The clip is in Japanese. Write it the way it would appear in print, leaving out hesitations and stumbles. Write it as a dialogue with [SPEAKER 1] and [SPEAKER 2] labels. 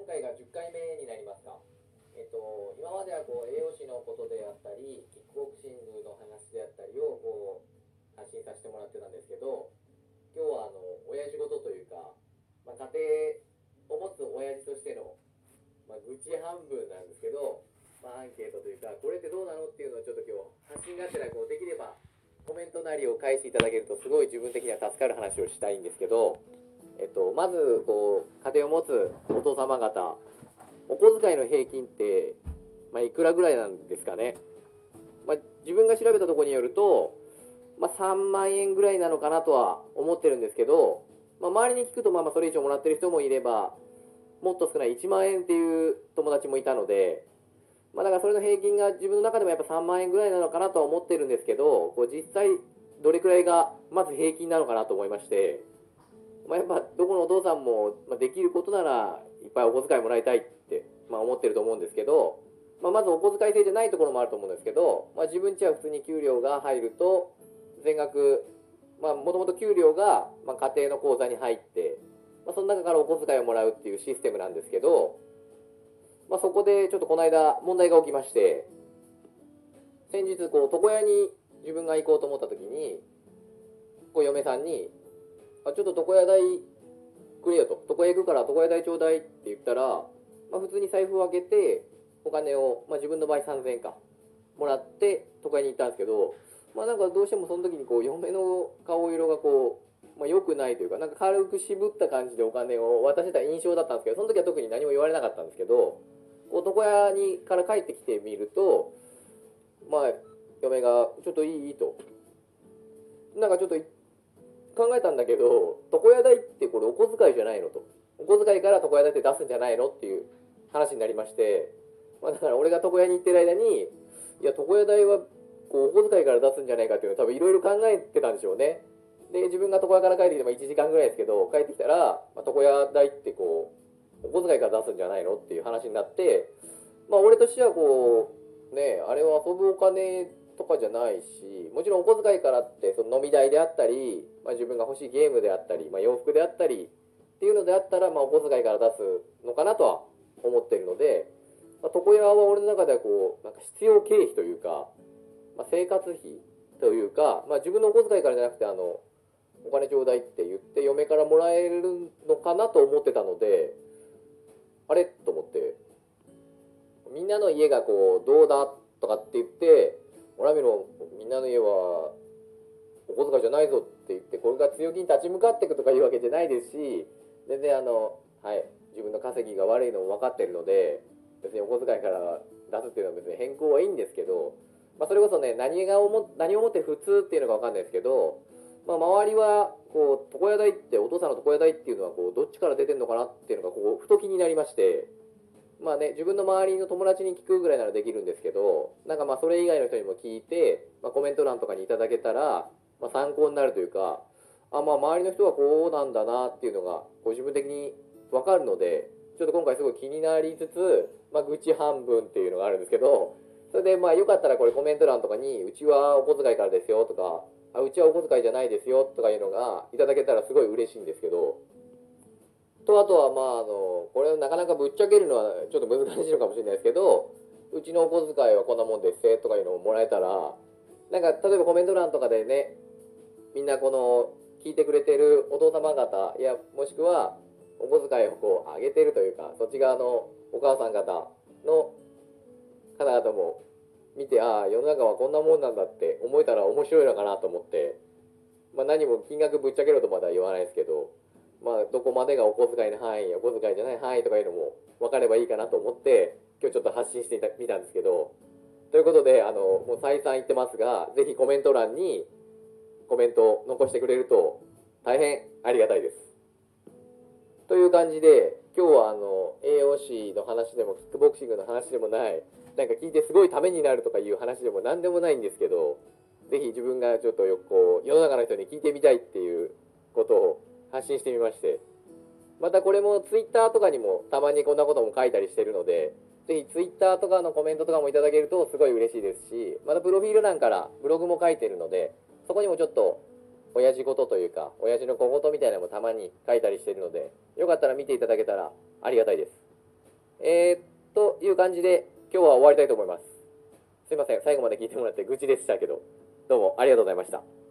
[SPEAKER 1] 回が10回目になりますか。今までは栄養士のことであったり、キックボクシングの話であったりを発信させてもらってたんですけど、今日は親父事というか、家庭を持つ親父としての、愚痴半分なんですけど、アンケートというか、これってどうなのっていうのをちょっと今日、発信がてらできればコメントなりを返していただけると、すごい自分的には助かる話をしたいんですけど、まず家庭を持つお父様方、お小遣いの平均って、いくらぐらいなんですかね。自分が調べたところによると、3万円ぐらいなのかなとは思ってるんですけど、周りに聞くとそれ以上もらってる人もいれば、もっと少ない1万円っていう友達もいたので、だからそれの平均が自分の中でもやっぱ3万円ぐらいなのかなとは思ってるんですけど、実際どれくらいがまず平均なのかなと思いまして、やっぱどこのお父さんもできることならいっぱいお小遣いもらいたいって思ってると思うんですけど、まずお小遣い制じゃないところもあると思うんですけど、自分家は普通に給料が入ると全額、もともと給料が家庭の口座に入って、その中からお小遣いをもらうっていうシステムなんですけど、そこでちょっとこの間問題が起きまして、先日床屋に自分が行こうと思った時に嫁さんにちょっと床屋代くれよと、床屋行くから床屋代ちょうだいって言ったら、普通に財布を開けてお金を、自分の場合3000円かもらって床屋に行ったんですけど、なんかどうしてもその時に嫁の顔色が良くないというか、なんか軽く渋った感じでお金を渡してた印象だったんですけど、その時は特に何も言われなかったんですけど、床屋にから帰ってきてみると、嫁がちょっといいと、なんかちょっと考えたんだけど、床屋代ってこれお小遣いじゃないのと、お小遣いから床屋代って出すんじゃないのっていう話になりまして、だから俺が床屋に行ってる間に、いや床屋代はお小遣いから出すんじゃないかっていうのを多分いろいろ考えてたんでしょうね。で自分が床屋から帰ってきて1時間ぐらいですけど、帰ってきたら、床屋代ってお小遣いから出すんじゃないのっていう話になって、俺としてはあれは遊ぶお金とかじゃないし、もちろんお小遣いからってその飲み代であったり、自分が欲しいゲームであったり、洋服であったりっていうのであったら、お小遣いから出すのかなとは思ってるので、床屋は俺の中ではなんか必要経費というか、生活費というか、自分のお小遣いからじゃなくてお金ちょうだいって言って嫁からもらえるのかなと思ってたので、あれと思って、みんなの家がどうだとかって言って、俺は見ろ、みんなの家はお小遣いじゃないぞって言って、これが強気に立ち向かっていくとかいうわけじゃないですし、全然自分の稼ぎが悪いのも分かってるので、別にお小遣いから出すっていうのは別に変更はいいんですけど、それこそね、何をもって普通っていうのか分かんないですけど、周りは床屋代ってお父さんの床屋代っていうのはどっちから出てんのかなっていうのがふと気になりまして、自分の周りの友達に聞くぐらいならできるんですけど、なんかそれ以外の人にも聞いて、コメント欄とかにいただけたら、参考になるというか、周りの人はこうなんだなっていうのが自分的に分かるので、ちょっと今回すごい気になりつつ、愚痴半分っていうのがあるんですけど、それでよかったらこれコメント欄とかに、うちはお小遣いからですよとか、うちはお小遣いじゃないですよとかいうのがいただけたらすごい嬉しいんですけど、あとはこれをなかなかぶっちゃけるのはちょっと難しいのかもしれないですけど、うちのお小遣いはこんなもんですとかいうのをもらえたら、なんか例えばコメント欄とかでね、みんな聞いてくれてるお父様方、いやもしくはお小遣いを上げてるというか、そっち側のお母さん方の方々も見て、ああ世の中はこんなもんなんだって思えたら面白いのかなと思って、何も金額ぶっちゃけろとまでは言わないですけど、どこまでがお小遣いの範囲、お小遣いじゃない範囲とかいうのも分かればいいかなと思って、今日ちょっと発信してみたんですけど、ということで、もう再三言ってますが、ぜひコメント欄にコメントを残してくれると大変ありがたいです。という感じで、今日は栄養士の話でもキックボクシングの話でもない、なんか聞いてすごいためになるとかいう話でも何でもないんですけど、ぜひ自分がちょっと世の中の人に聞いてみたいっていうことを発信してみまして、またこれもツイッターとかにもたまにこんなことも書いたりしてるので、ぜひツイッターとかのコメントとかもいただけるとすごい嬉しいですし、またプロフィール欄からブログも書いてるので、そこにもちょっと親父事というか親父の小言みたいなのもたまに書いたりしてるので、よかったら見ていただけたらありがたいです。 という感じで今日は終わりたいと思います。すいません、最後まで聞いてもらって愚痴でしたけど、どうもありがとうございました。